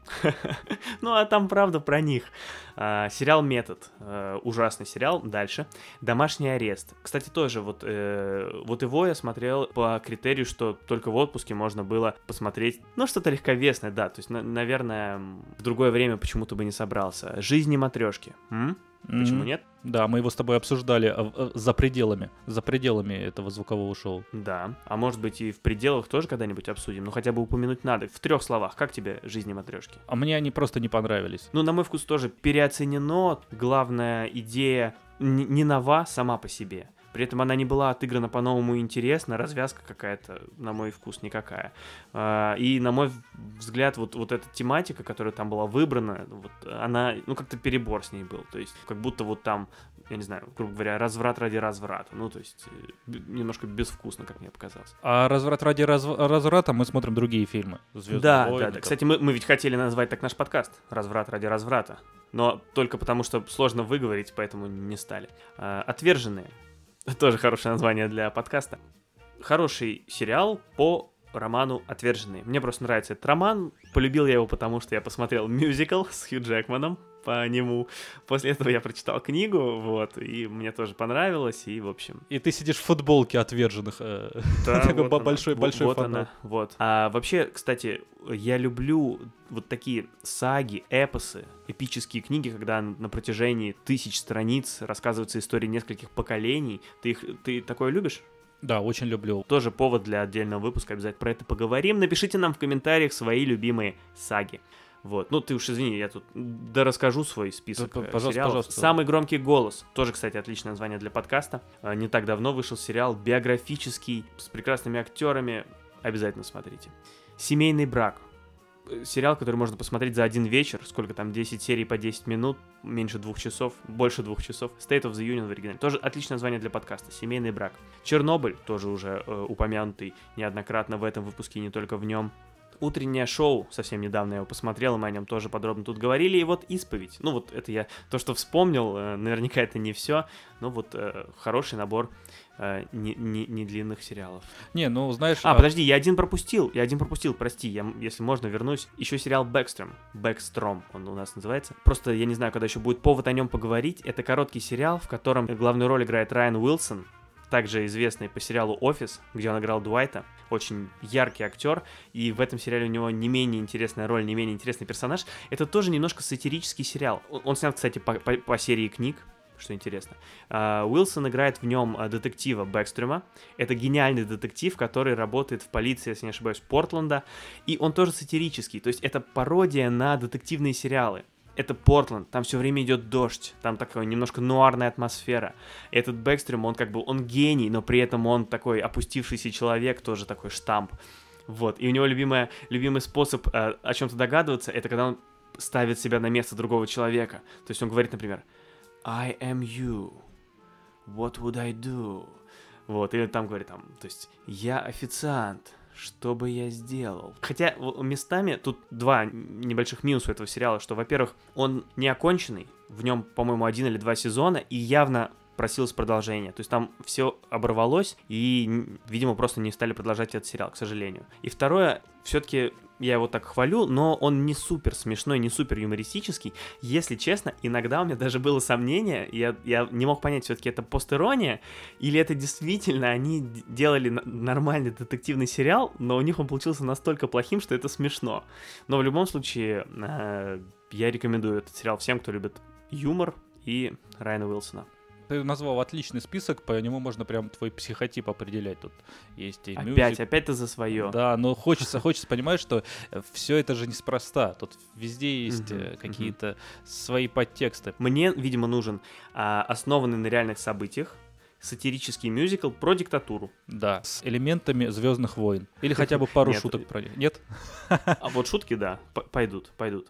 Ну, а там правда про них. А, сериал «Метод». А, ужасный сериал. Дальше. «Домашний арест». Кстати, тоже вот, э, вот его я смотрел по критерию, что только в отпуске можно было посмотреть, ну, что-то легковесное, да. То есть, на- наверное, в другое время почему-то бы не собрался. «Жизни матрешки». М? Почему Мгм. нет? Да, мы его с тобой обсуждали а, а, за пределами, за пределами этого звукового шоу. Да. А может быть и в пределах тоже когда-нибудь обсудим. Ну, хотя бы упомянуть надо. В трех словах. Как тебе «Жизни матрешки»? А мне они просто не понравились. Ну, на мой вкус, тоже переоценено. Главная идея н- не нова сама по себе. При этом она не была отыграна по-новому интересно, развязка какая-то, на мой вкус, никакая. А, И, на мой взгляд, вот, вот эта тематика, которая там была выбрана, вот, она, ну, как-то перебор с ней был. То есть, как будто вот там, я не знаю, грубо говоря, разврат ради разврата. Ну, то есть, э, б- немножко безвкусно, как мне показалось. А разврат ради разв- разврата мы смотрим другие фильмы. «Звездные Да, войны», да, да. там. Кстати, мы, мы ведь хотели назвать так наш подкаст «Разврат ради разврата», но только потому, что сложно выговорить, поэтому не стали. А, «Отверженные». Тоже хорошее название для подкаста. Хороший сериал по роману «Отверженные». Мне просто нравится этот роман. Полюбил я его, потому что я посмотрел мюзикл с Хью Джекманом по нему. После этого я прочитал книгу, вот, и мне тоже понравилось, и, в общем... И ты сидишь в футболке «Отверженных». э, Да, такой вот она. большой, Вот- большой вот фанат. она, вот. А вообще, кстати, я люблю вот такие саги, эпосы, эпические книги, когда на протяжении тысяч страниц рассказывается история нескольких поколений. Ты их, ты такое любишь? Да, очень люблю. Тоже повод для отдельного выпуска, обязательно про это поговорим. Напишите нам в комментариях свои любимые саги. Вот, ну ты уж извини, я тут да расскажу свой список Да, э, пожалуйста, сериалов. пожалуйста. «Самый громкий голос». Тоже, кстати, отличное название для подкаста. Э, Не так давно вышел сериал биографический, с прекрасными актерами. Обязательно смотрите. «Семейный брак». Э, Сериал, который можно посмотреть за один вечер. Сколько там, десять серий по десять минут, меньше двух часов, больше двух часов. State of the Union в оригинале. Тоже отличное название для подкаста. «Семейный брак». «Чернобыль», тоже уже э, упомянутый неоднократно в этом выпуске, и не только в нем. «Утреннее шоу», совсем недавно я его посмотрел, и мы о нем тоже подробно тут говорили, и вот «Исповедь». Ну вот это я то, что вспомнил, э, наверняка это не все, но вот э, хороший набор э, не, не, не длинных сериалов. Не, ну знаешь... А, подожди, я один пропустил, я один пропустил, прости, я, если можно, вернусь. Еще сериал «Бэкстром», «Бэкстром» он у нас называется. Просто я не знаю, когда еще будет повод о нем поговорить. Это короткий сериал, в котором главную роль играет Райан Уилсон, также известный по сериалу «Офис», где он играл Дуайта. Очень яркий актер, и в этом сериале у него не менее интересная роль, не менее интересный персонаж. Это тоже немножко сатирический сериал. Он, он снят, кстати, по, по, по серии книг, что интересно. А, Уилсон играет в нем а, детектива Бэкстрема. Это гениальный детектив, который работает в полиции, если не ошибаюсь, Портленда. И он тоже сатирический, то есть это пародия на детективные сериалы. Это Портленд, там все время идет дождь, там такая немножко нуарная атмосфера. Этот Бэкстрем, он как бы, он гений, но при этом он такой опустившийся человек, тоже такой штамп. Вот, и у него любимая, любимый способ э, о чем-то догадываться, это когда он ставит себя на место другого человека. То есть он говорит, например, I am you, what would I do? Вот, или там говорит, там, то есть, я официант, что бы я сделал? Хотя местами тут два небольших минуса этого сериала, что, во-первых, он не оконченный, в нем, по-моему, один или два сезона, и явно просилось продолжение. То есть там все оборвалось, и, видимо, просто не стали продолжать этот сериал, к сожалению. И второе, все-таки я его так хвалю, но он не супер смешной, не супер юмористический. Если честно, иногда у меня даже было сомнение, я, я не мог понять, все-таки это постерония, или это действительно они делали нормальный детективный сериал, но у них он получился настолько плохим, что это смешно. Но в любом случае, э, я рекомендую этот сериал всем, кто любит юмор и Райана Уилсона. Ты назвал отличный список, по нему можно прям твой психотип определять. Тут есть и Опять, мюзик. опять ты за свое. Да, но хочется, хочется понимать, что все это же неспроста. Тут везде есть Мгм, какие-то свои подтексты. Мне, видимо, нужен а, основанный на реальных событиях сатирический мюзикл про диктатуру. Да, с элементами «Звездных войн». Или хотя бы пару Нет. шуток про них. Нет? А вот шутки, да, п- пойдут, пойдут.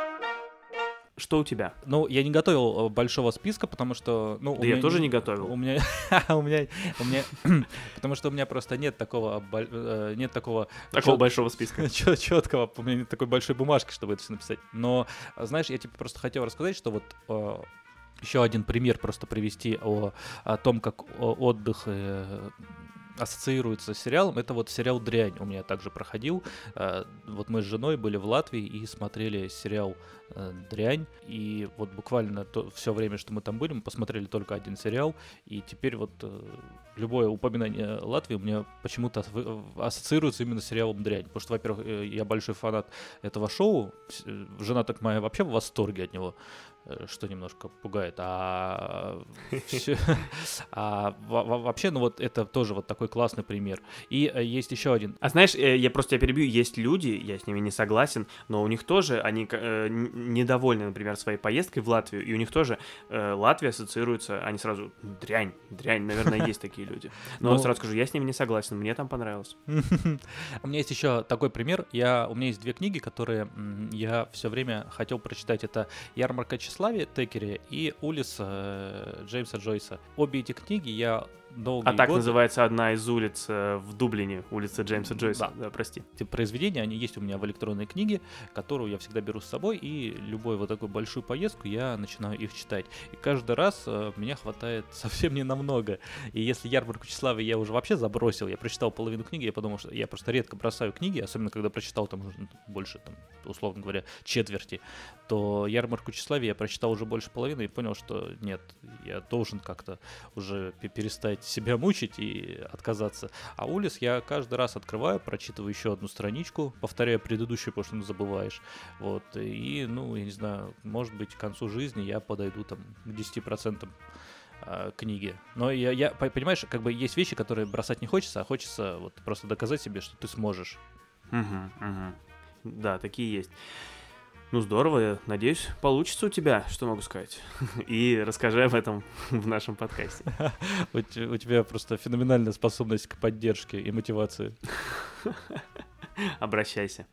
Что у тебя? Ну, я не готовил э, большого списка, потому что... Ну, Да я тоже не готовил. У меня... у меня... у меня... Потому что у меня просто нет такого... боль- э, Нет такого... Такого чёт- большого списка. чё- Четкого, у меня нет такой большой бумажки, чтобы это все написать. Но, знаешь, я тебе просто хотел рассказать, что вот... э, еще один пример просто привести о, о том, как о- отдых э, ассоциируется с сериалом. Это вот сериал «Дрянь» у меня также проходил. Э, вот мы с женой были в Латвии и смотрели сериал э, «Дрянь». И вот буквально то, все время, что мы там были, мы посмотрели только один сериал. И теперь вот э, любое упоминание Латвии у меня почему-то ас- ассоциируется именно с сериалом «Дрянь». Потому что, во-первых, э, я большой фанат этого шоу. С- э, Жена так моя вообще в восторге от него, э, что немножко пугает. А, всё- а во- во- вообще, ну вот это тоже вот такой классный пример. И э, есть еще один. А знаешь, э, я просто тебя перебью, есть люди, я с ними не согласен, но у них тоже, они э, н- недовольны, например, своей поездкой в Латвию, и у них тоже э, Латвия ассоциируется, они сразу, дрянь, дрянь, наверное, есть такие люди. Но Ну- сразу скажу, я с ними не согласен, мне там понравилось. У меня есть еще такой пример. Я, у меня есть две книги, которые м, я все время хотел прочитать. Это «Ярмарка тщеславия» Теккери и «Улис» э, Джеймса Джойса. Обе эти книги я долгие А так годы... называется одна из улиц э, в Дублине, улица Джеймса Джойса, Да. да, прости. Эти произведения, они есть у меня в электронной книге, которую я всегда беру с собой, и любую вот такую большую поездку я начинаю их читать. И каждый раз э, меня хватает совсем не намного. И если «Ярмарку тщеславия» я уже вообще забросил, я прочитал половину книги, я подумал, что я просто редко бросаю книги, особенно когда прочитал там уже больше, там, условно говоря, четверти, то «Ярмарку тщеславия» я прочитал уже больше половины и понял, что нет, я должен как-то уже пе- перестать себя мучить и отказаться. А «Улис» я каждый раз открываю, прочитываю еще одну страничку, повторяю предыдущую, потому что ну, забываешь. Вот. И, ну, я не знаю, может быть, к концу жизни я подойду там к десяти процентам э, книги. Но я, я, понимаешь, как бы есть вещи, которые бросать не хочется, а хочется вот просто доказать себе, что ты сможешь. Угу, угу. Да, такие есть. Ну, здорово, надеюсь, получится у тебя, что могу сказать. И расскажи об этом в нашем подкасте. У тебя просто феноменальная способность к поддержке и мотивации. Обращайся.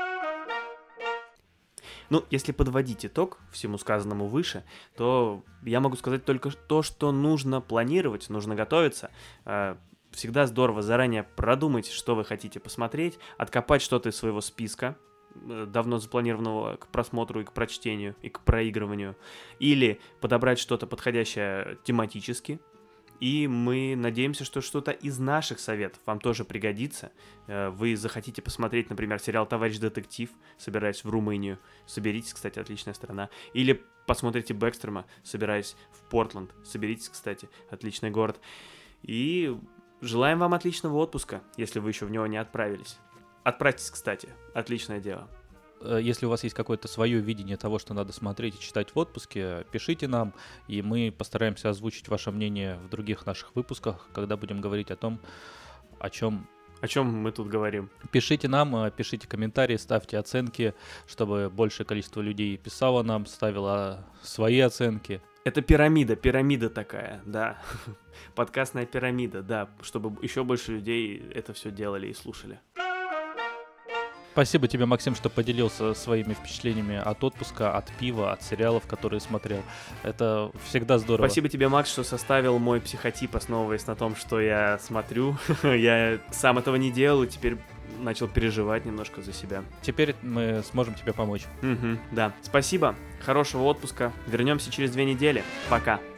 Ну, если подводить итог всему сказанному выше, то я могу сказать только то, что нужно планировать, нужно готовиться. Всегда здорово заранее продумать, что вы хотите посмотреть, откопать что-то из своего списка, давно запланированного к просмотру и к прочтению, и к проигрыванию, или подобрать что-то подходящее тематически. И мы надеемся, что что-то из наших советов вам тоже пригодится. Вы захотите посмотреть, например, сериал «Товарищ детектив», собираясь в Румынию. Соберитесь, кстати, отличная страна. Или посмотрите «Бэкстрема», собираясь в Портленд. Соберитесь, кстати, отличный город. И желаем вам отличного отпуска, если вы еще в него не отправились. Отправьтесь, кстати. Отличное дело. Если у вас есть какое-то свое видение того, что надо смотреть и читать в отпуске, пишите нам, и мы постараемся озвучить ваше мнение в других наших выпусках, когда будем говорить о том, о чем... О чем мы тут говорим. Пишите нам, пишите комментарии, ставьте оценки, чтобы большее количество людей писало нам, ставило свои оценки. Это пирамида, пирамида такая, да. Подкастная пирамида, да, чтобы еще больше людей это все делали и слушали. Спасибо тебе, Максим, что поделился своими впечатлениями от отпуска, от пива, от сериалов, которые смотрел. Это всегда здорово. Спасибо тебе, Макс, что составил мой психотип, основываясь на том, что я смотрю. Я сам этого не делал и теперь начал переживать немножко за себя. Теперь мы сможем тебе помочь. Угу, да. Спасибо. Хорошего отпуска. Вернемся через две недели. Пока.